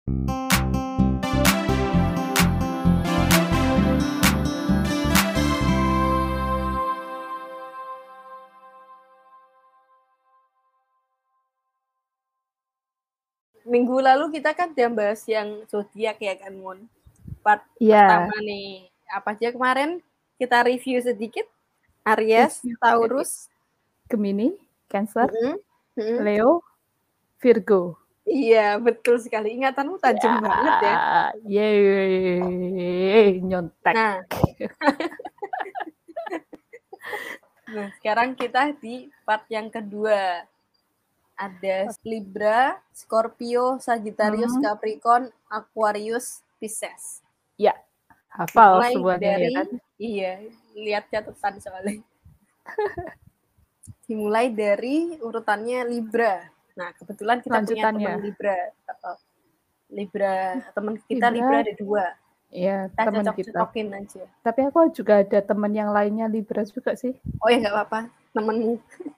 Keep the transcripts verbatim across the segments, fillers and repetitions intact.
Minggu lalu kita kan udah bahas yang zodiak ya kan, Mon. Part Iya. pertama nih. Apa aja kemarin kita review sedikit. Aries, Review Taurus, Gemini, Cancer, mm-hmm. Mm-hmm. Leo, Virgo. Iya, betul sekali. Ingatanmu tajam ya, banget ya. Yeay, nyontek. Nah. Nah, sekarang kita di part yang kedua. Ada Libra, Scorpio, Sagittarius, hmm. Capricorn, Aquarius, Pisces. Ya, hafal Dimulai semuanya dari, ya kan? Iya, lihat catatan soalnya. Dimulai dari urutannya Libra. Nah, kebetulan kita punya teman Libra. Libra, teman kita Libra, Libra ada dua. Iya, kita teman cocok-cocokin aja. Tapi aku juga ada teman yang lainnya Libra juga sih. Oh ya, nggak apa-apa. Temenmu.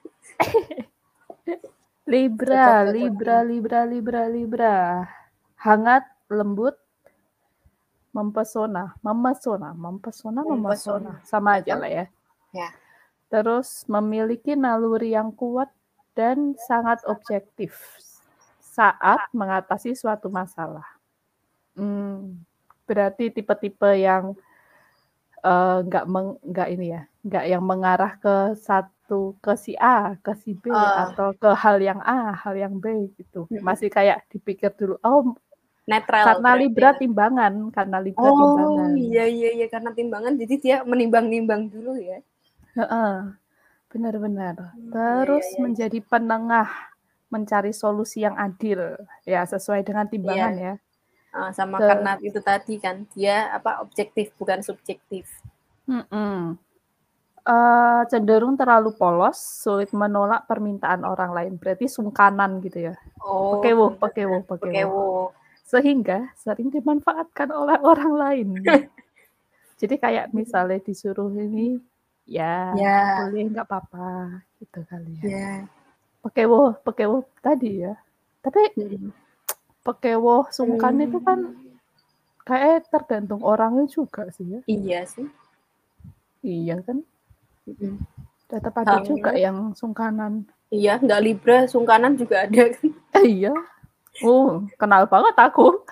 Libra, Libra, Libra, Libra, Libra. Hangat, lembut, mempesona, memesona, mempesona, memesona. Sama aja lah ya. Ya. Terus memiliki naluri yang kuat dan sangat objektif saat mengatasi suatu masalah. Hmm, berarti tipe-tipe yang nggak uh, nggak ini ya, nggak yang mengarah ke satu ke si A, ke si B uh. atau ke hal yang A, hal yang B gitu. Hmm. Masih kayak dipikir dulu. Oh, netral. Karena Libra timbangan, karena Libra oh, timbangan. Oh iya iya iya karena timbangan, jadi dia menimbang-nimbang dulu ya. Uh-uh. Benar-benar. Terus ya, ya, ya. menjadi penengah, mencari solusi yang adil, ya sesuai dengan timbangan ya. ya. Uh, sama Ter- karena itu tadi kan dia apa objektif bukan subjektif. Uh, cenderung terlalu polos, sulit menolak permintaan orang lain. Berarti sungkanan gitu ya. Oh. Pekewo, pekewo, pekewo. Sehingga sering dimanfaatkan oleh orang lain. Jadi kayak misalnya disuruh ini. Ya, ya, boleh nggak apa-apa gitu kali ya. Ya. Pekewo, pekewo tadi ya. Tapi hmm. pekewo sungkan hmm. itu kan kayak tergantung orangnya juga sih ya. Iya sih. Iya kan. Hmm. Tetap ada Hang. juga yang sungkanan. Iya, nggak Libra, sungkanan juga ada kan. Iya. Oh, kenal banget aku.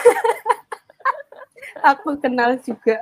Aku kenal juga.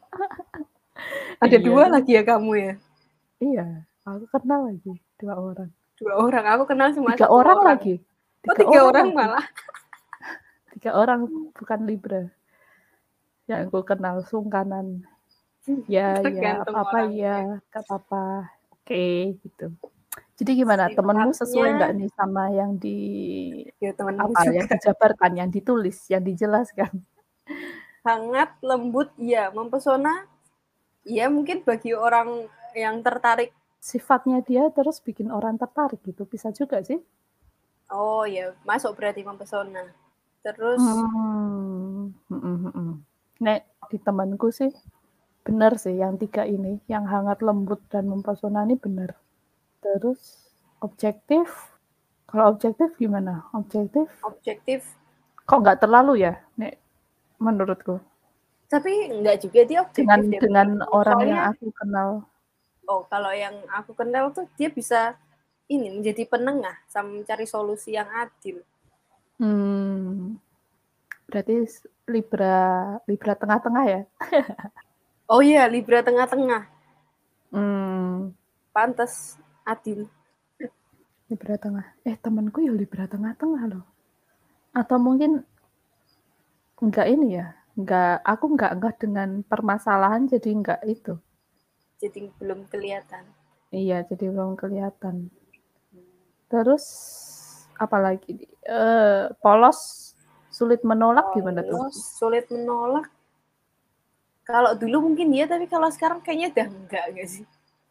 Ada iya. dua lagi ya kamu ya? Iya, aku kenal lagi dua orang. Dua orang, aku kenal cuma tiga satu orang, orang lagi. Tiga, oh, tiga orang, orang malah. Tiga orang bukan Libra. Yang aku kenal sungkanan. Ya, ya, apa-apa ya, gak apa-apa. Oke, okay, gitu. Jadi gimana, Sifatnya, temenmu sesuai nggak nih sama yang di ya, apa juga. yang dijabarkan, yang ditulis, yang dijelaskan? Hangat, lembut, ya, mempesona. Ya, mungkin bagi orang yang tertarik. Sifatnya dia terus bikin orang tertarik gitu, bisa juga sih. Oh ya, masuk berarti mempesona. Terus, hmm. Hmm, hmm, hmm. Nek di temanku sih benar sih yang tiga ini, yang hangat, lembut, dan mempesona ini benar. Terus objektif, kalau objektif gimana? Objektif? Objektif. Kok nggak terlalu ya, Nek, menurutku. Tapi nggak juga dia objektif. Dengan, dia dengan orang Soalnya, yang aku kenal. Oh, kalau yang aku kenal tuh dia bisa ini menjadi penengah sama mencari solusi yang adil. Hmm. Berarti Libra Libra tengah-tengah ya? Oh iya, Libra tengah-tengah. Hmm. Pantas adil. Libra tengah. Eh, temanku ya Libra tengah-tengah loh. Atau mungkin enggak ini ya? Enggak, aku enggak enggak dengan permasalahan jadi enggak itu. Jadi belum kelihatan. Iya, jadi belum kelihatan. Terus apalagi? Uh, polos, sulit menolak polos, gimana tuh? Sulit menolak. Kalau dulu mungkin iya, tapi kalau sekarang kayaknya udah enggak enggak sih.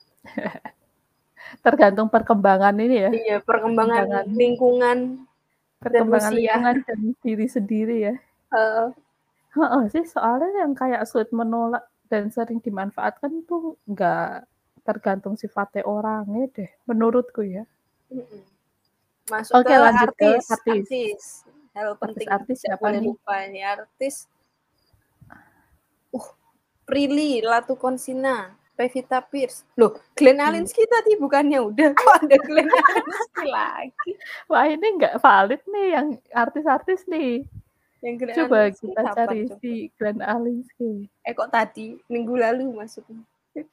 Tergantung perkembangan ini ya. Iya, perkembangan, perkembangan lingkungan, perkembangan dan lingkungan dan diri sendiri ya. Uh, Heeh sih, soalnya yang kayak sulit menolak dan sering dimanfaatkan tuh nggak tergantung sifatnya orangnya deh, menurutku ya. Masuk Oke, ke lanjut artis, ke artis. artis. hal penting Artis-artis tidak siapa boleh nih? lupa ini artis. Uh, Prilly Latukonsina, Pevita Pierce. Loh, Glenn Alinsky tadi bukannya udah, kok ada Glenn Alinsky lagi? Wah, ini nggak valid nih yang artis-artis nih. Yang Glenn Coba Alinsky kita kapan cari coba? si Glenn Alinsky. Eh kok tadi minggu lalu maksudnya?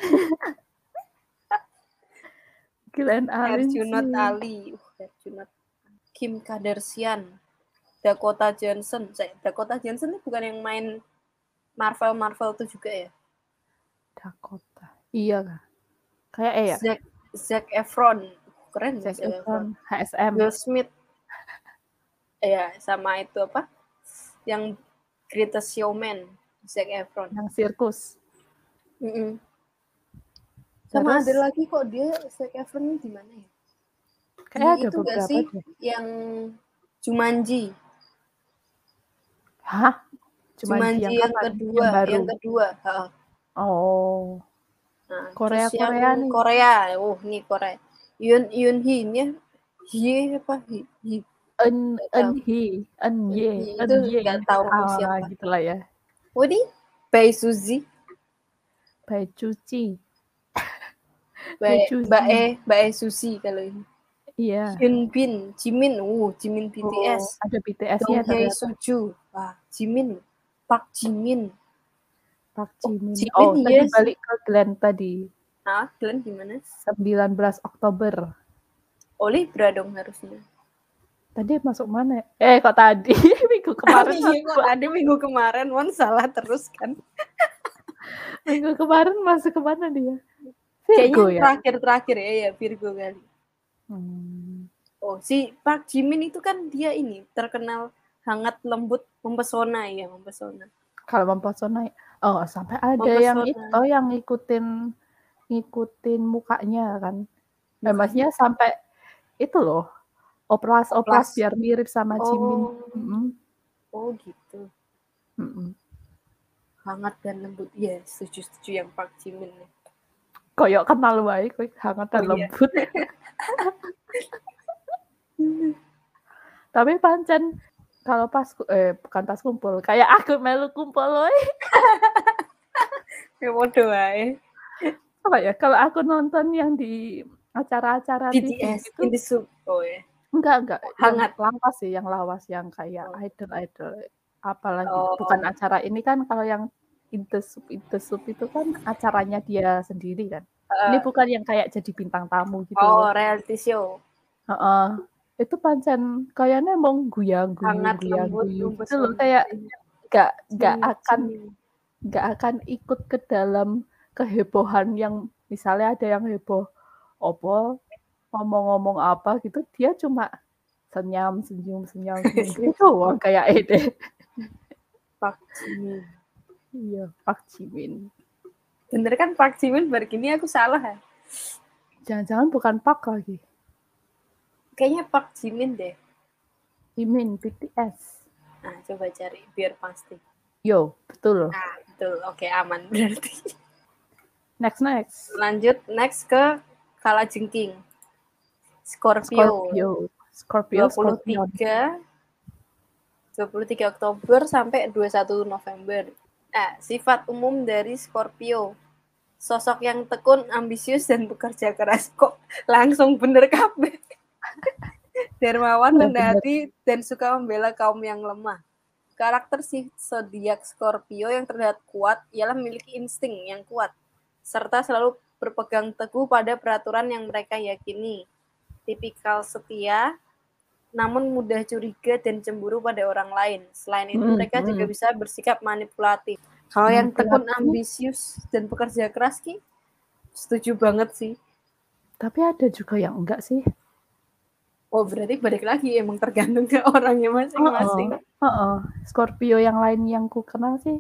Glenn Alinsky. Herjunot Ali, uh, Herjunot. Kim Kardashian, Dakota Johnson. Dakota Johnson itu bukan yang main Marvel Marvel itu juga ya? Dakota. Iya kah? Kayak eh ya. Zac, Zac Efron. Keren Zac Zac Efron. Efron, H S M. Will Smith. Ya, sama itu apa? Yang Greatest Showman, Zac Efron. Yang sirkus. Mm-mm. Sama Terus, ada lagi kok dia Zac Efron ini di mana ya? kayak ada itu gak beberapa sih deh. yang Jumanji? Hah? Jumanji, Jumanji yang, yang kapan? kedua, Yang baru. yang kedua. Ha. Oh. Nah, Korea terus yang Korea nih. Korea, oh nih Korea. Yun Yun Hee nya, Hee apa Hee? Hee. En Nggak En tahu. Hee, En Ye, Hee, En itu Ye. nggak tahu Ah, siapa. gitulah ya. Wadi, Bae Suzy, Bae Cuci. Bae Cuci. Bae Bae Suzy kalau ini. Iya. Hyun Bin, Jimin, uh Jimin B T S. Oh, ada B T S-nya Dong Hye ternyata. Suju, wah Jimin, Park Jimin. Park Jimin. Jimin, Oh, tadi yes. balik ke Glenn tadi. Ah, Glenn gimana? sembilan belas Oktober. Oh, Libra dong harusnya. Tadi masuk mana? Eh, kok tadi? Minggu kemarin. Iya, kok tadi minggu kemarin, Mon salah terus kan? Minggu kemarin masuk kemana dia? Kayaknya Virgo ya? terakhir-terakhir ya, ya Virgo kali. Hmm. Oh, si Park Jimin itu kan dia ini terkenal hangat, lembut, mempesona ya, mempesona. Kalau mempesona, oh sampai ada Mempesona. yang itu, oh yang ngikutin ngikutin mukanya kan. Eh, maksudnya sampai itu loh, oplas-oplas biar mirip sama Jimin. Oh, Mm-mm. oh gitu. Mm-mm. Hangat dan lembut, ya setuju-setuju yang Park Jimin. Koyok kenal wae, koyok hangat dan Oh, iya. lembut. Tapi pancen kalau pas eh bukan pas kumpul, kayak aku melu kumpul loh. Ya bodoh wae. Apa ya? Kalau aku nonton yang di acara-acara B T T V S itu in the soup. Oh ya. enggak enggak Hangat. yang lawas sih, yang lawas yang kayak Oh. idol-idol apalagi Oh. bukan acara ini kan. Kalau yang in the soup, in the soup itu kan acaranya dia sendiri kan. Uh, Ini bukan yang kayak jadi bintang tamu gitu. Oh, reality show. Heeh. Itu pancen kayaknya emang guyang-guyu, Hangat, lembut, guyang-guyu gitu mempesona. loh, kayak nggak nggak Jimin, akan Jimin. nggak akan ikut ke dalam kehebohan yang misalnya ada yang heboh opo ngomong-ngomong apa gitu, dia cuma senyum senyum senyum senyum gitu doang kayak Ede. Park Jimin. Iya, Park Jimin. Bener kan Park Jimin begini aku salah ya? Jangan-jangan bukan Park lagi. Kayaknya Park Jimin deh. Jimin B T S. Nah, coba cari biar pasti. Yo, betul. Nah, betul. Oke, aman berarti. Next next. Lanjut next ke Kalajengking. Scorpio. Scorpio. Scorpio. dua puluh tiga dua puluh tiga Oktober sampai dua puluh satu November. Nah, sifat umum dari Scorpio. Sosok yang tekun, ambisius, dan bekerja keras. Kok langsung bener kabeh. Dermawan, rendah hati, dan suka membela kaum yang lemah. Karakter si zodiak Scorpio yang terlihat kuat ialah memiliki insting yang kuat, serta selalu berpegang teguh pada peraturan yang mereka yakini. Tipikal setia, namun mudah curiga dan cemburu pada orang lain. Selain itu, Hmm, mereka hmm. juga bisa bersikap manipulatif. Kalau yang tekun, ambisius, dan bekerja keras, Ki, setuju banget sih. Tapi ada juga yang enggak sih. Oh, berarti balik lagi emang tergantung ke orangnya masing-masing. Uh-uh. Uh-uh. Scorpio yang lain yang ku kenal sih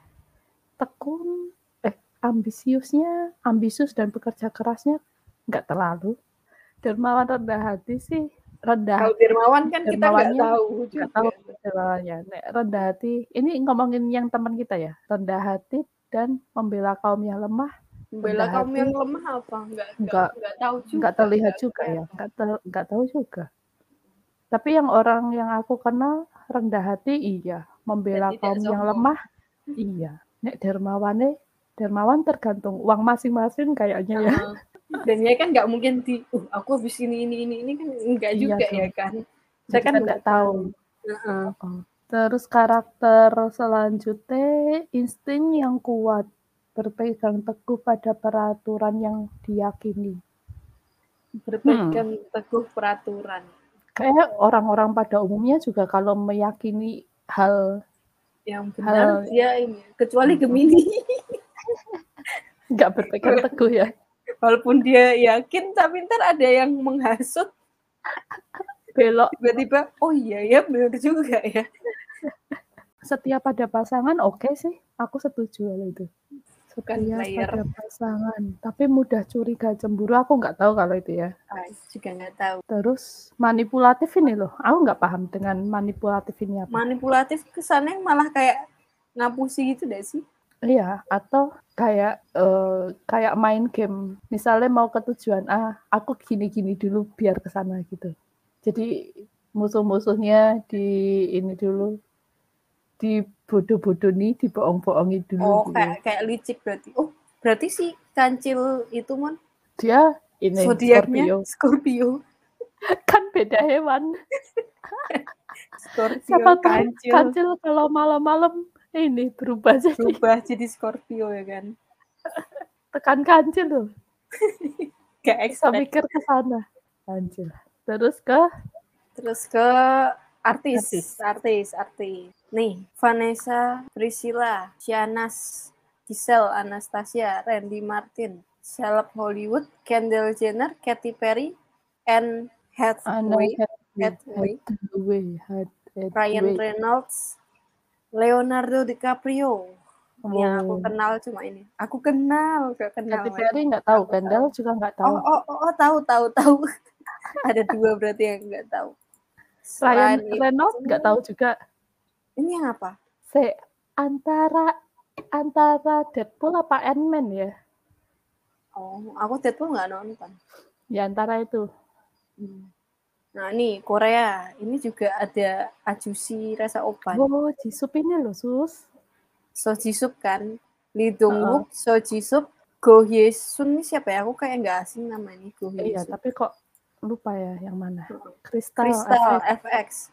tekun, eh ambisiusnya, ambisius dan bekerja kerasnya enggak terlalu. Dermawan, rendah hati sih rendah. Kalau Dermawan kan kita nggak tahu juga. Nggak tahu dermawannya. Nek, rendah hati. Ini ngomongin yang teman kita ya. Rendah hati dan membela kaum yang lemah. Membela kaum yang lemah apa? Enggak, enggak, enggak tahu juga. Enggak terlihat juga ya. Enggak ter, enggak tahu juga. Tapi yang orang yang aku kenal rendah hati iya, membela Dan tidak kaum yang sombong. lemah iya. Nek dermawane dermawan tergantung uang masing-masing kayaknya ya. Heeh. Dan dia kan nggak mungkin di, uh aku habis ini ini ini ini kan enggak Iya juga ya dong. kan. Saya Jadi kan kan nggak nggak tahu. tahu. Heeh. Heeh. Terus karakter selanjutnya insting yang kuat, berpegang teguh pada peraturan yang diyakini. Hmm. Berpegang teguh peraturan. Kayak orang-orang pada umumnya juga kalau meyakini hal Yang benar hal dia ini, kecuali Mhm. Gemini. nggak berpegang teguh ya. Walaupun dia yakin, tapi ntar ada yang menghasut. Belok. Tiba-tiba, oh iya ya benar juga ya. Setia pada pasangan oke sih, aku setuju hal itu. Bukan Setia player. pada pasangan, tapi mudah curiga cemburu aku nggak tahu kalau itu ya. Ah, juga nggak tahu. Terus manipulatif ini loh, aku nggak paham dengan manipulatif ini apa. Manipulatif kesannya malah kayak ngapusi gitu deh sih. Iya, atau kayak uh, kayak main game. Misalnya mau ke tujuan A, aku gini-gini dulu biar ke sana gitu. Jadi musuh-musuhnya di ini dulu dibodoh-bodohi, dibohong-bohongi dulu Oh, gitu. kayak kayak licik berarti. Oh, berarti si kancil itu mon Dia ini zodiaknya Scorpio. Scorpio. Kan beda hewan. Scorpio Siapa tahu kancil. kancil kalau malam-malam ini berubah jadi Berubah jadi Scorpio ya kan. tekan kancil loh. Gak Bisa expect. mikir ke sana. Kancil. Terus ke Terus ke artis, artis, artis, artis. Nih, Vanessa, Priscilla, Shanas, Giselle, Anastasia, Randy Martin, seleb Hollywood, Kendall Jenner, Katy Perry, Anne Hathaway, Hathaway, Hathaway, Ryan Reynolds, Leonardo DiCaprio. Oh. Yang aku kenal cuma ini. Aku kenal, gak kenal. Katy Perry nggak tahu, Kendall juga nggak tahu. Oh, oh, oh, oh, tahu, tahu, tahu. Ada dua berarti yang nggak tahu. Ryan Reynolds nggak tahu juga. Ini yang apa? Se antara antara Deadpool apa Ant-Man ya? Oh, aku Deadpool nggak nonton. Ya antara itu. Hmm. Nah nih Korea, ini juga ada Ajusi Rasa Opan. Oh, Jisup ini loh sus. So Jisup kan, Lee Dong Wook, uh-uh. So Jisup, Go Hye Sun ini siapa ya? Aku kayak nggak asing nama ini Go Hye Sun. Iya, tapi kok lupa ya yang mana. Crystal, Crystal F X.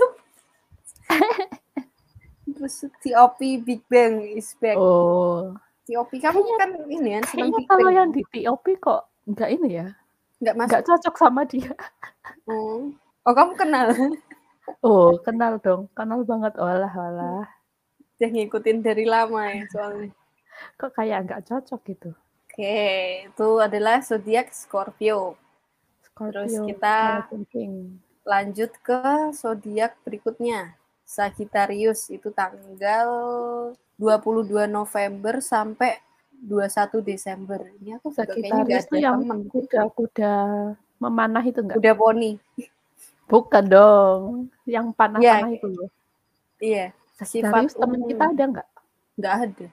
Terus T O P Big Bang is back. Oh. T O P kamu kayaknya, kan ini kan senang Big Bang. Kalau yang di T O P kok nggak ini ya? Nggak masuk. Nggak cocok sama dia. Oh, oh kamu kenal? Oh, kenal dong. Kenal banget. Olah, olah. Udah ngikutin dari lama ya soalnya. Kok kayak nggak cocok gitu. Oke, itu adalah zodiak Scorpio. Scorpio. Terus kita lanjut ke zodiak berikutnya. Sagittarius itu tanggal dua puluh dua November sampai dua puluh satu Desember. Ini aku juga kayaknya nggak ada yang temen. Kuda-kuda memanah itu enggak? Kuda poni. Bukan dong. Yang panah-panah ya, itu loh. Iya. Sagittarius teman kita ada enggak? Enggak ada.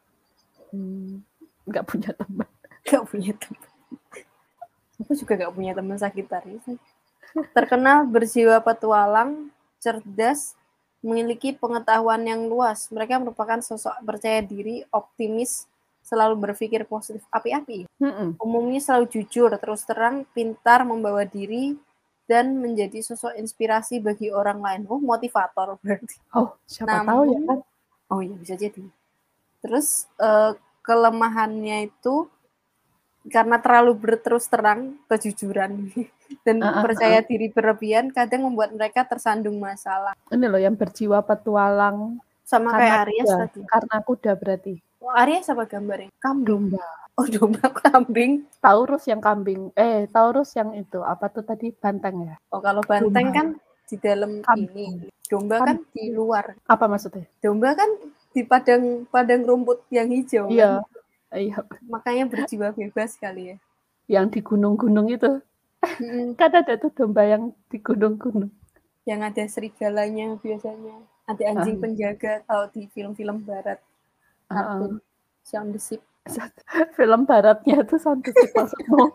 Hmm, enggak punya teman. Enggak punya teman. Aku juga enggak punya teman Sagittarius. Terkenal berjiwa petualang, cerdas, memiliki pengetahuan yang luas. Mereka merupakan sosok percaya diri, optimis, selalu berpikir positif, api-api. Mm-mm. Umumnya selalu jujur, terus terang, pintar, membawa diri, dan menjadi sosok inspirasi bagi orang lain. Oh, motivator berarti. Oh, siapa Namun, tahu ya kan? Oh iya, bisa jadi. Terus uh, kelemahannya itu karena terlalu berterus terang, kejujuran, dan uh, percaya uh, uh. diri berlebihan, kadang membuat mereka tersandung masalah. Ini loh yang berjiwa petualang. Sama kayak Aries kuda, tadi. Karena kuda berarti. Oh, Aries apa gambarnya? Kambing. Domba. Oh, domba kambing. Taurus yang kambing. Eh, Taurus yang itu. Apa tuh tadi? Banteng ya? Oh, kalau banteng domba. Kan di dalam kambing. ini. Domba kambing. Kan di luar. Apa maksudnya? Domba kan di padang padang rumput yang hijau. Iya. Kan? Iya. Makanya berjiwa bebas kali ya. Yang di gunung-gunung itu. Mm-mm. Kan ada tuh domba yang di gunung-gunung. Yang ada serigalanya biasanya. Ada anjing uh. penjaga kalau di film-film barat. Kartun. Uh. Sound the Ship. Film baratnya itu Sound the Ship maksudmu.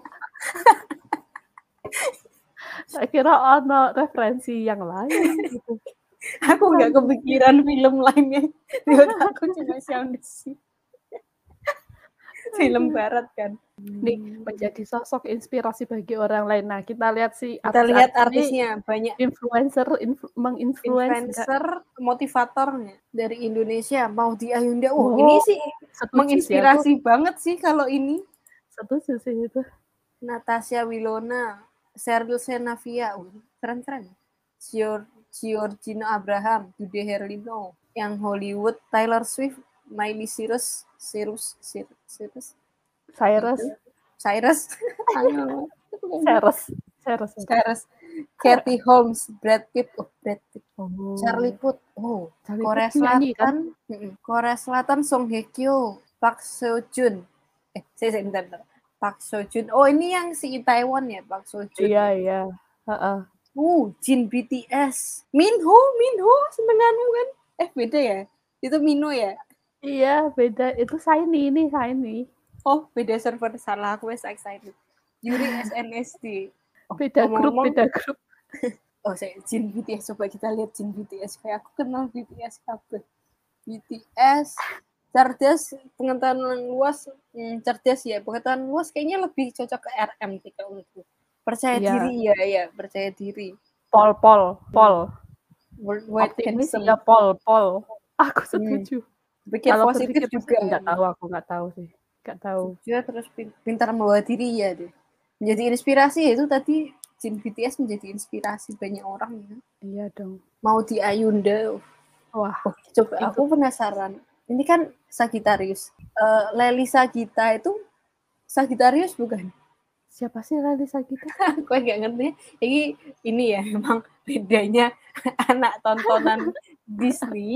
Saya kira ono referensi yang lain gitu. Aku nggak kepikiran film lainnya di otakku cuma Shaun the Sheep. Film barat kan. Nih, menjadi sosok inspirasi bagi orang lain. Nah, kita lihat si Kita lihat artis-artis ini artisnya banyak influencer influ menginfluence nggak? influencer motivatornya dari Indonesia, Maudy Ayunda. Oh, Oh, ini sih setuju sih aku. menginspirasi banget sih kalau ini. Setuju sih itu. Natasha Wilona, Sheryl Sheinafia, uh, keren-keren. Gior Giorgino Abraham, Dude Herlino, yang Hollywood, Taylor Swift, Miley Cyrus, Cyrus, Cyrus, Cyrus, Cyrus, itu, Cyrus, Ayo. Cyrus, Cyrus. Cyrus, Katie Holmes, Brad Pitt, oh Brad Pitt, Oh, Charlie Puth, oh Charlie Korea Puth nyanyi kan? Selatan, mm-mm. Korea Selatan Song Hye Kyo, Park Seo Joon, eh saya saya bentar, bentar. Park Seo Joon, oh ini yang si Taiwan ya Park Seo Joon. Iya iya. Heeh. Uh, Jin B T S, Minho, Minho senenganmu kan? Eh beda ya? Itu Mino ya? Iya beda. Itu Shiny ini Shiny. Oh beda server, salah aku wes excited. Yuri S N S D. Oh, beda grup, ngomong-ngomong, beda grup. oh saya Jin B T S, coba kita lihat Jin B T S. Kayak aku kenal B T S kabeh. B T S cerdas, pengetahuan luas, hmm, cerdas ya, pengetahuan luas kayaknya lebih cocok ke R M sih kalau menurutku. Percaya Iya. diri ya, ya percaya diri. Pol, Pol, Pol. Worldwide Optimis handsome. ya Pol, Pol. Aku setuju. Pikir Kalau positif berpikir juga. nggak tahu, aku nggak tahu sih, nggak tahu. Dia terus pintar membawa diri ya deh. Menjadi inspirasi itu tadi Jin B T S menjadi inspirasi banyak orang ya. Iya dong. Maudy Ayunda. Wah, oh, coba itu. Aku penasaran. Ini kan Sagittarius. Uh, Lely Sagita itu Sagittarius bukan? Siapa sih Lely Sagita? Aku nggak ngerti. Ini ini ya memang bedanya anak tontonan Disney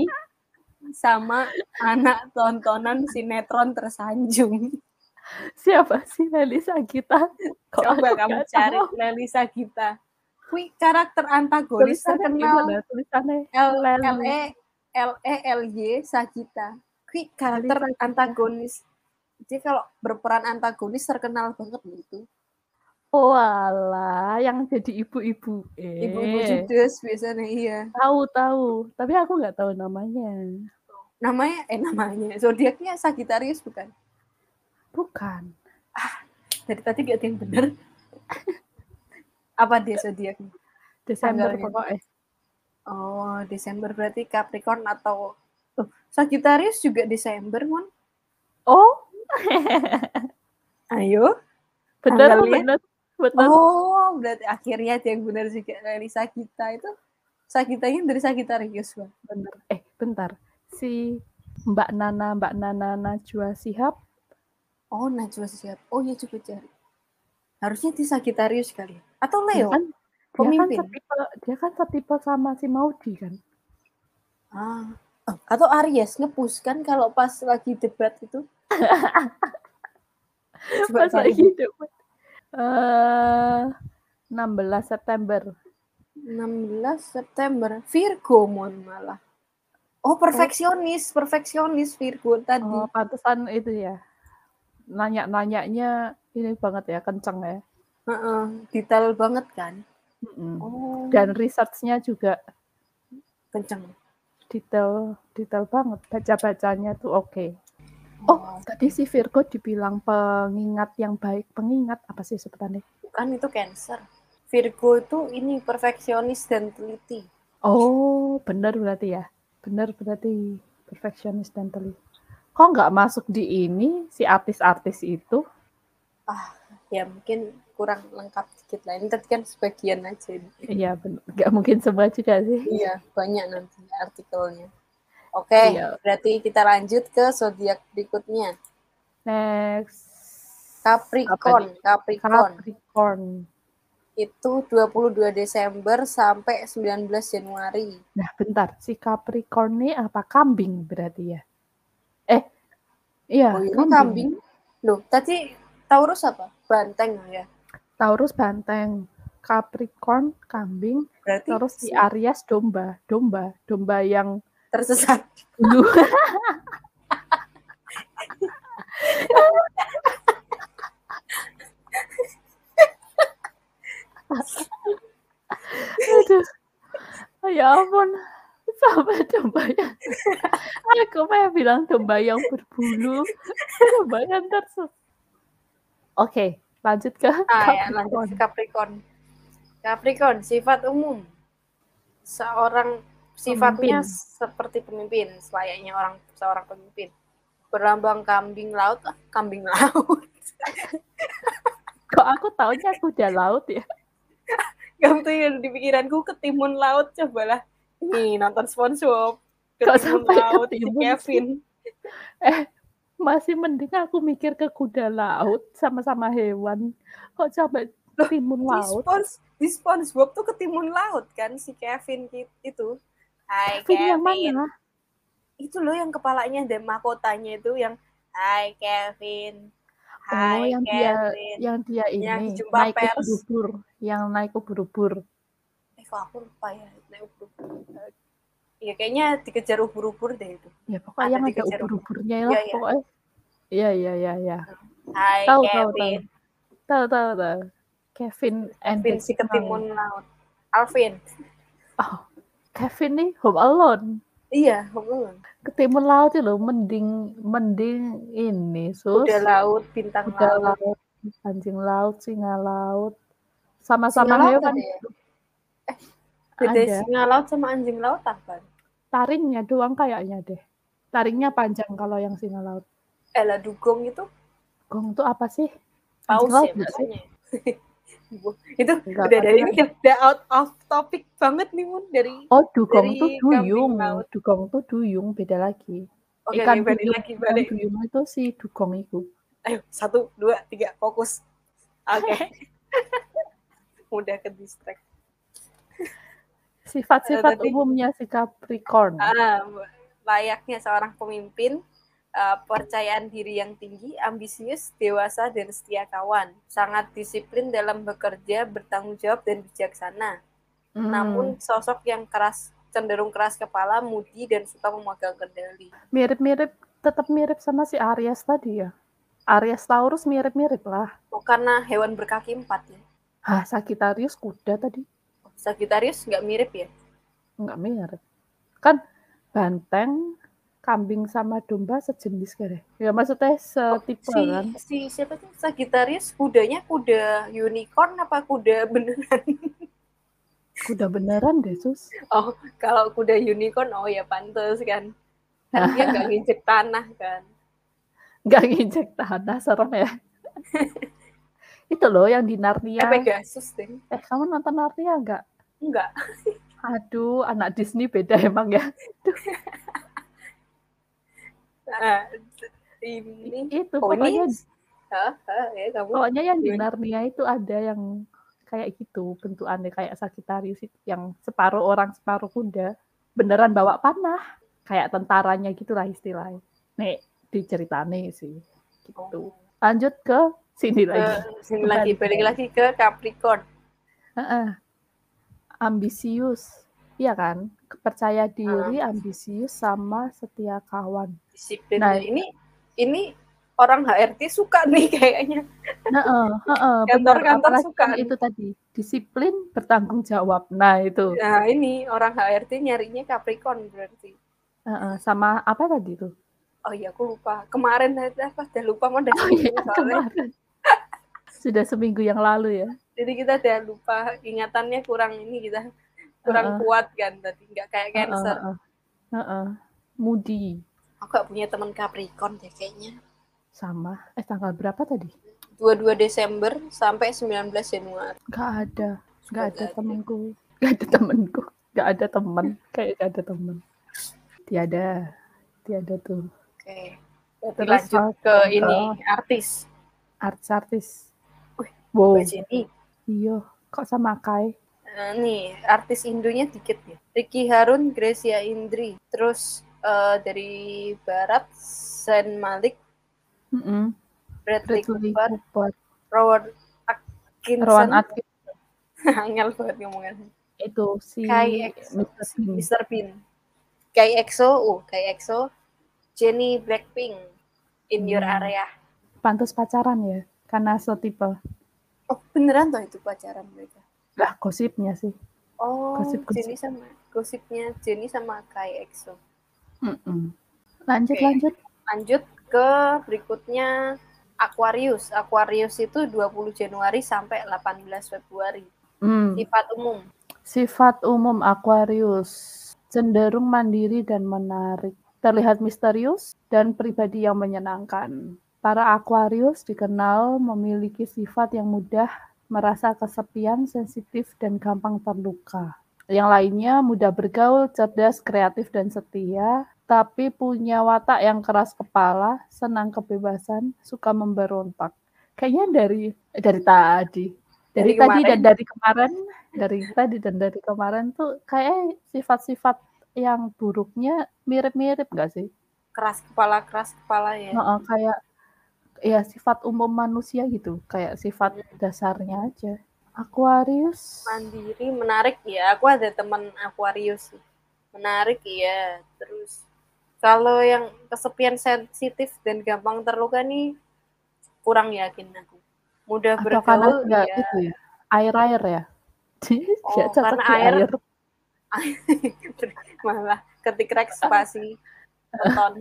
sama anak tontonan sinetron tersanjung. Siapa sih Lely Sagita? Kok coba kamu cari tahu. Lely Sagita. Kui karakter antagonis tulisannya terkenal. Gimana? Tulisannya L L E L E L Y Sagita. Kui karakter Sagita. Antagonis. Jadi kalau berperan antagonis terkenal banget gitu. Oh alah, yang jadi ibu-ibu. Eh. Ibu-ibu judes biasanya iya. Tahu tahu, tapi aku nggak tahu namanya. Namanya eh namanya zodiaknya Sagittarius bukan? Bukan. Ah, dari tadi gak ada yang benar. Apa dia zodiaknya? Desember pokoknya. Oh, Desember berarti Capricorn atau oh, Sagittarius juga Desember, Mon. Oh. Ayo. Benar, benar. Benar. Oh, berarti akhirnya yang benar juga dari Sagita itu. Sagitanya dari Sagittarius, Bang. Benar. Eh, bentar. Si Mbak Nana, Mbak Nana Najwa Shihab. Oh, Najwa Shihab. Oh, ya coba cari. Harusnya di Sagittarius kali. Atau Leo. Dia kan, dia kan setipe, dia kan setipe sama si Maudy kan. Ah. Oh, atau Aries nge-push kan kalau pas lagi debat itu. Coba pas lagi debat. Uh, enam belas September. enam belas September. Virgo mon malah. Oh, perfeksionis, perfeksionis Virgo tadi. Oh, pantesan itu ya. Nanya-nanyanya ini banget ya, kenceng ya. Uh-uh, detail banget kan. Mm-mm. Oh. Dan research-nya juga kenceng. Detail, detail banget. Baca-bacanya tuh oke. Okay. Oh, oh, tadi si Virgo dibilang pengingat yang baik. Pengingat apa sih sebutannya? Bukan, itu Cancer. Virgo itu ini perfeksionis dan teliti. Oh, benar berarti ya. Benar berarti perfeksionis dan teliti. Kok nggak masuk di ini si artis-artis itu? Ah, ya mungkin kurang lengkap sedikit lah. Ini tadi kan sebagian aja. Iya, benar. Nggak mungkin semua juga sih. Iya, banyak nanti artikelnya. Oke, okay, iya. Berarti kita lanjut ke zodiak berikutnya. Next. Capricorn. Capricorn. Capricorn. Itu dua puluh dua Desember sampai sembilan belas Januari. Nah, bentar. Si Capricorn ini apa? Kambing berarti ya? Eh, iya. Oh, ini kambing. kambing. Loh, tadi Taurus apa? Banteng ya? Taurus banteng. Capricorn kambing. Berarti terus si Aries domba. Domba. Domba yang tersesat. Aduh. Ya ampun. Apa domba yang aku mah bilang domba yang berbulu, domba yang tersus. Oke, lanjut ke Ah ya, lanjut Capricorn. ke Capricorn. Capricorn, sifat umum. Seorang sifatnya Pemimpin. seperti pemimpin, selayaknya orang seorang pemimpin. Berlambang kambing laut, ah, kambing laut. Kok aku taunya kuda laut ya? Kamu tuh yang di pikiranku ketimun laut, cobalah. Nih, nonton SpongeBob. Kok Ketimun sampai laut, si ketimun sih? Kevin. Eh, masih mending aku mikir ke kuda laut, sama-sama hewan. Kok sampai Loh, timun di laut? Spons di SpongeBob tuh ketimun laut kan si Kevin itu. Hai Kevin yang Kevin. mana? Itu loh yang kepalanya dan mahkotanya itu yang Hai Kevin. Oh, Hai yang dia Kevin. yang dia Yang ini jumpa naik pers. ubur-ubur, yang naik ubur-ubur. Eh kok aku lupa ya naik ubur-ubur. Ya kayaknya dikejar ubur-ubur deh itu. Ya pokoknya Ada yang ada dikejar ubur. ubur-uburnya Iya lah ya. pokoknya. Iya iya iya iya. Hai Tahu tahu tahu. Kevin. Tahu tahu tahu. Kevin and the Kevin si Chipmunk. ketimun laut. Alvin. Oh, Kevin nih Home Alone. Iya, hubungan. Ketimun laut itu loh, mending mending ini sus. Kuda laut, bintang Kuda laut. laut, anjing laut, singa laut, Singa sama-sama laut hewan ada ya? gitu. Eh, beda Ada. singa laut sama anjing laut apa? Taringnya doang kayaknya deh. Taringnya panjang kalau yang singa laut. Ella dugong itu Gong tuh apa sih? Anjing paus laut ya nggak sih? makanya. Itu Enggak udah dari ini beneran. udah out of topic banget nih Mun dari Oh, dugong tuh dari kambing duyung. laut. Dugong tuh duyung, beda lagi. Oke, Ikan oke, balik duyung, lagi ikan balik. duyung itu si dugong itu. Ayo, satu, dua, tiga, fokus. Oke. Mudah ke distract. Sifat-sifat Tadi umumnya si Capricorn. ah, layaknya seorang pemimpin, uh, percayaan diri yang tinggi, ambisius, dewasa, dan setia kawan. Sangat disiplin dalam bekerja, bertanggung jawab, dan bijaksana. Hmm. Namun sosok yang keras, cenderung keras kepala, moody, dan suka memegang kendali. Mirip-mirip, tetap mirip sama si Aries tadi ya. Aries Taurus mirip-mirip lah. Oh, karena hewan berkaki empat ya. Hah, Sagittarius kuda tadi. Sagittarius nggak mirip ya? Nggak mirip. Kan banteng, kambing sama domba sejenis kayaknya. Ya maksudnya setipe si, kan. Si siapa tuh Sagittarius kudanya kuda unicorn apa kuda beneran? Kuda beneran deh, Sus. Oh, kalau kuda unicorn, oh ya pantes kan. Kan dia nggak nginjek tanah kan. Nggak nginjek tanah, serem ya. Itu loh yang di Narnia. Eh, Pegasus deh. Eh, kamu nonton Narnia nggak? Enggak. Aduh, anak Disney beda emang ya. Nah, ini Itu oh pokoknya ini Hah? Hah? Ya, kamu pokoknya yang di gimana? Narnia itu ada yang kayak gitu bentukannya kayak Sagittarius itu yang separuh orang separuh kuda beneran bawa panah kayak tentaranya gitulah istilahnya. Nih diceritane sih gitu. Oh. Lanjut ke sini Ke lagi. sini lagi balik lagi ke Capricorn. Heeh. Ambisius. Iya kan? Percaya diri, Hmm. ambisius sama setia kawan. Disiplin. Nah, ini ini orang H R T suka nih kayaknya. Heeh, heeh, benar. Kantor-kantor Apalagi suka yang nih. itu tadi, disiplin, bertanggung jawab. Nah, itu. Nah, ini orang H R T nyarinya Capricorn berarti. Heeh, sama apa tadi tuh? Oh iya, aku lupa. Kemarin aja apa udah lupa mau udah Oh seminggu iya, soalnya. kemarin. Sudah seminggu yang lalu ya. Jadi kita udah lupa, ingatannya kurang ini kita kurang Heeh. kuat kan tadi, nggak kayak Heeh, Cancer. heeh. Heeh. Moody. Aku gak punya teman Capricorn deh kayaknya. Sama. Eh, tanggal berapa tadi? dua puluh dua Desember sampai sembilan belas Januari. Gak ada. Gak ada Gak ada. temenku. Gak ada temenku. Gak ada temen. Kayak gak ada temen. Tiada. Tiada tuh. Oke. Berarti Terus lanjut uh, ke uh, ini artis. Artis-artis. Wih, Wow. Mbak Jenny. Iya. Kok sama Kai? Uh, nih, artis Indonya dikit ya. Ricky Harun, Gracia Indri. Terus uh, dari Barat, Zayn Malik, Mm-mm. Bradley, Bradley Cooper, Cooper. Rowan Atkinson. Rowan Atkinson. Angel banget ngomongnya. Itu si Kai mister Bean. mister Bean. Kai EXO, uh, Kai EXO, Jennie Blackpink, In Your Hmm. Area. Pantas pacaran ya, karena setipe. Oh beneran tuh itu pacaran mereka? Lah gosipnya sih. Oh, Gosip-gosip. Jennie sama gosipnya Jennie sama Kai EXO. Mm-mm. Lanjut Oke, lanjut. lanjut ke berikutnya Aquarius. Aquarius itu dua puluh Januari sampai delapan belas Februari. Hmm. Sifat umum. Sifat umum Aquarius cenderung mandiri dan menarik, terlihat misterius dan pribadi yang menyenangkan. Para Aquarius dikenal memiliki sifat yang mudah merasa kesepian, sensitif, dan gampang terluka. Yang lainnya mudah bergaul, cerdas, kreatif, dan setia, tapi punya watak yang keras kepala, senang kebebasan, suka memberontak. Kayaknya dari dari tadi, dari, Dari tadi dan kemarin dari kemarin, dari tadi dan dari kemarin tuh kayak sifat-sifat yang buruknya mirip-mirip nggak sih? keras kepala keras kepala ya. Heeh, kayak ya sifat umum manusia gitu, kayak sifat dasarnya aja. Aquarius. Mandiri, menarik ya. Aku ada teman Aquarius sih. Menarik ya. Terus kalau yang kesepian, sensitif dan gampang terluka nih kurang yakin aku. Mudah Atau karena bergaul dia iya. itu ya, air-air ya? Dia Oh, cocok karena di air air. malah ketik rek spasi beton.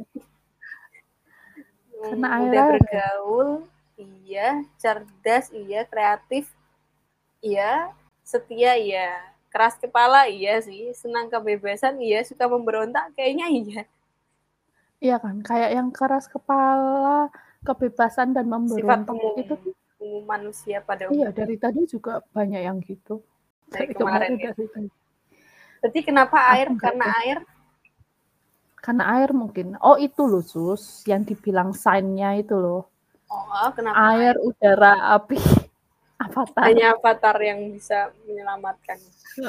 Karena Hmm, mudah air-air ya? bergaul, iya. Cerdas, iya. Kreatif, iya. Setia, iya. Keras kepala, iya sih. Senang kebebasan, iya. Suka memberontak, kayaknya iya. Iya kan, kayak yang keras kepala, kebebasan dan Sifat memberontak umum, itu tuh. umum manusia pada Iya, umumnya. dari tadi juga banyak yang gitu. Dari Dari kemarin kemarin ya. dari tadi. Jadi kenapa Aku air? nggak Karena ada. air. Karena air mungkin. Oh itu loh sus, yang dibilang sign-nya itu loh. Oh, kenapa Air, air? udara, api, avatar. Hanya avatar yang bisa menyelamatkan.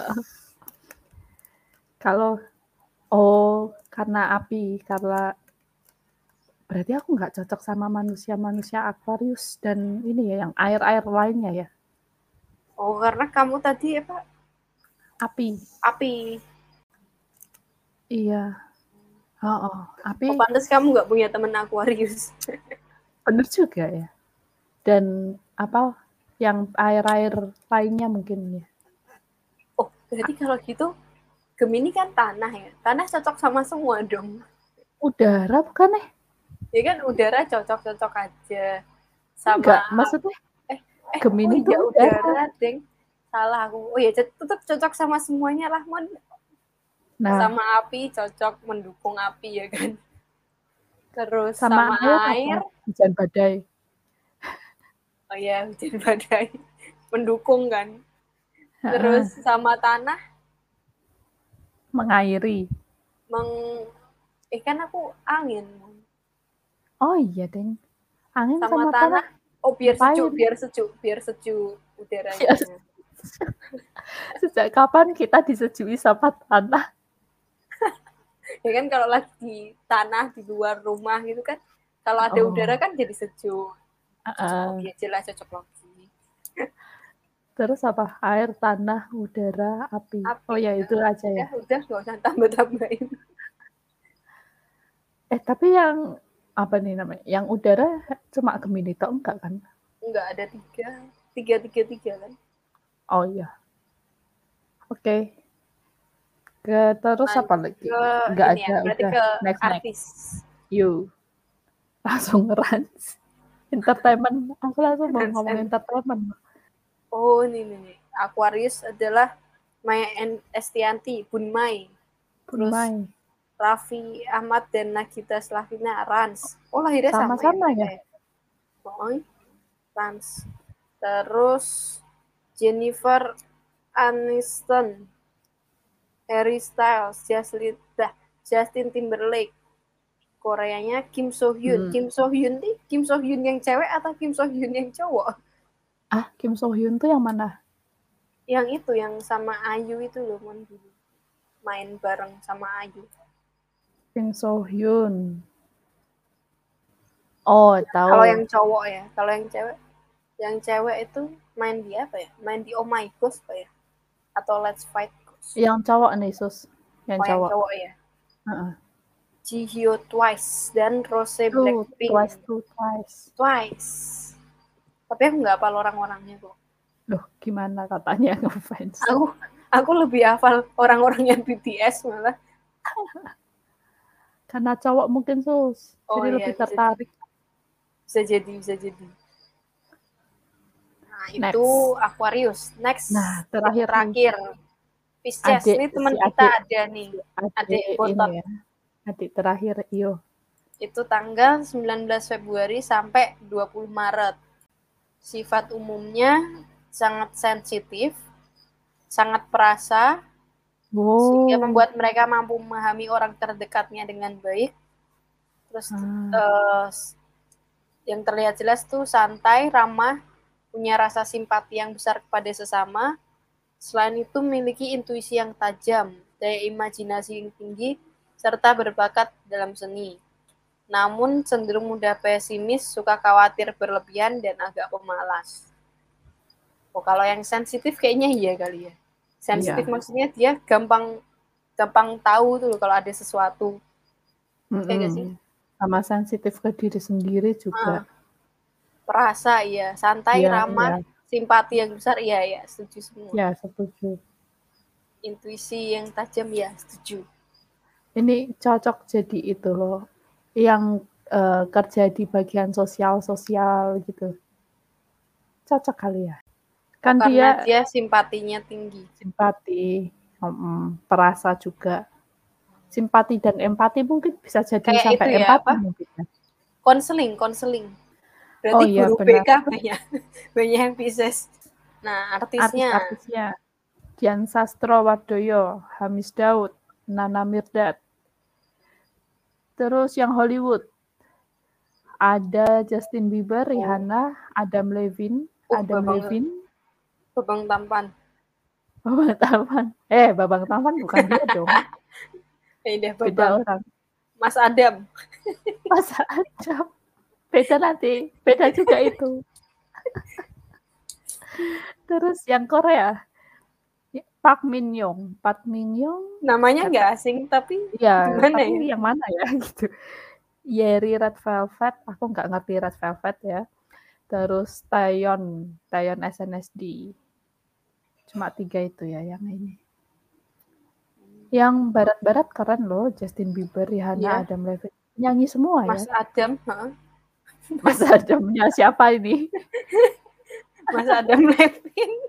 Kalau oh karena api, karena berarti aku nggak cocok sama manusia-manusia Aquarius dan ini ya yang air-air lainnya ya. Oh, karena kamu tadi apa? Api. Api. Iya. Oh, oh. Api Oh, pantas kamu nggak punya temen Aquarius. bener juga ya. Dan apa yang air-air lainnya mungkin ya. Oh, berarti kalau gitu Gemini kan tanah ya. Tanah cocok sama semua dong. Udara bukan eh? Ya kan udara cocok-cocok aja. Sama Enggak, maksudnya eh eh oh Gemini itu iya udara. udara, Deng. Salah aku. Oh ya tetap cocok sama semuanya lah, Mon. Nah, Sama api cocok mendukung api ya kan. Terus sama sama air apa? air. Hujan badai. Oh ya, hujan badai. Mendukung kan. Heeh. Terus sama tanah Mengairi. meng eh kan aku angin. Oh iya, Deng. Angin Sama sama tanah tanah. Oh, biar sejuk, ngapain? biar sejuk, biar sejuk Ya, udaranya. sejak kapan kita disejui sama tanah? Ya kan kalau lagi di tanah di luar rumah gitu kan, kalau ada udara Oh. kan jadi sejuk. Cocok Uh, logi aja lah, cocok logi. terus apa? Air, tanah, udara, api. Api Oh ya ya. itu aja ya. Udah, udah nggak usah tambah-tambahin. Eh tapi yang apa nih namanya? Yang udara cuma Gemini toh enggak kan? Enggak ada tiga, tiga tiga tiga kan. Oh iya. Oke. Okay. Ke terus apa Lanjut lagi? ke Enggak ini ada, ya, berarti udah. ke Next next. artis. You. Langsung ngerans. Entertainment. Aku langsung mau Dance ngomong and entertainment. oh ini nih, Aquarius adalah Maya Estianty, Bun Mai. Terus Bunmai. Raffi Ahmad dan Nagita Slavina Rans. Oh lahirnya sama, ya Sama-sama mereka ya? ya. Oh, Rans. Terus Jennifer Aniston, Harry Styles, Justin, dah, Justin Timberlake. Koreanya Kim So Hyun. Hmm. Kim So Hyun nih, Kim So Hyun yang cewek atau Kim So Hyun yang cowok? Ah, Kim So Hyun tuh yang mana? Yang itu, yang sama Ayu itu loh, mon dulu. Main bareng sama Ayu. Kim So Hyun. Oh, tahu. Kalau yang cowok ya, kalau yang cewek, yang cewek itu main di apa ya? Main di Oh My Ghost apa ya? Atau Let's Fight Ghost? Yang cowok nih, Sus. Yang oh, cowok. yang cowok ya. Uh-uh. Jihyo Twice dan Rose Tuh, Blackpink. twice, tuh, twice. Twice. Tapi aku nggak hafal orang-orangnya kok. Loh, gimana katanya ngefans? Aku Aku lebih hafal orang-orangnya B T S malah. Karena cowok mungkin, Sus. Oh Jadi iya, lebih bisa jadi. tertarik. Bisa jadi, bisa jadi. Nah, itu Next. Aquarius. Next, Nah, yang terakhir nih. terakhir. Pisces. Adik, Ini teman si kita adik. ada nih. Si Adik adik ini Botot. ya. Adik terakhir, iyo. Itu tanggal sembilan belas Februari sampai dua puluh Maret. Sifat umumnya sangat sensitif, sangat perasa, Wow. sehingga membuat mereka mampu memahami orang terdekatnya dengan baik. Terus Hmm. uh, yang terlihat jelas tuh santai, ramah, punya rasa simpati yang besar kepada sesama. Selain itu memiliki intuisi yang tajam, daya imajinasi yang tinggi, serta berbakat dalam seni. Namun cenderung mudah pesimis, suka khawatir berlebihan, dan agak pemalas. Oh, kalau yang sensitif kayaknya iya kali ya. Sensitif Iya. maksudnya dia gampang gampang tahu tuh kalau ada sesuatu. Mm-mm. Ya gak sih? Sama sensitif ke diri sendiri juga. Ah, perasa iya, santai, Iya, ramah, iya. simpati yang besar, iya ya, setuju semua. Ya, setuju. Intuisi yang tajam, ya, setuju. Ini cocok jadi itu loh, yang uh, kerja di bagian sosial-sosial gitu. Cocok kali ya. Kan oh, karena dia, dia simpatinya tinggi. Simpati, um, perasa juga. Simpati dan empati mungkin bisa jadi Kayak sampai itu ya, empati apa? mungkin ya. Konseling, konseling. Berarti Oh iya, guru benar. B K banyak, banyak yang Pisces. Nah, artisnya. Artis-artisnya. Dian Sastrowardoyo, Hamis Daud, Nana Mirdad. Terus yang Hollywood. Ada Justin Bieber, Oh. Rihanna, Adam Levine, Uh, Adam Babang, Levine. Babang Tampan. Babang Tampan. Eh, Babang Tampan bukan dia dong. Beda, Beda Babang. orang. Mas Adam. Mas Adam. Beda nanti. Beda juga itu. Terus yang Korea. Park Min Young. Park Min Young. Namanya nggak asing, tapi ya, gimana tapi ya? yang mana ya gitu. Yeri Red Velvet. Aku nggak ngerti Red Velvet ya. Terus Taeyeon. Taeyeon S N S D. Cuma tiga itu ya yang ini. Yang barat-barat keren loh. Justin Bieber, Rihanna, Ya. Adam Levine. Nyanyi semua Mas ya. Adam. Huh? Mas Adamnya siapa ini? Mas Adam Levine.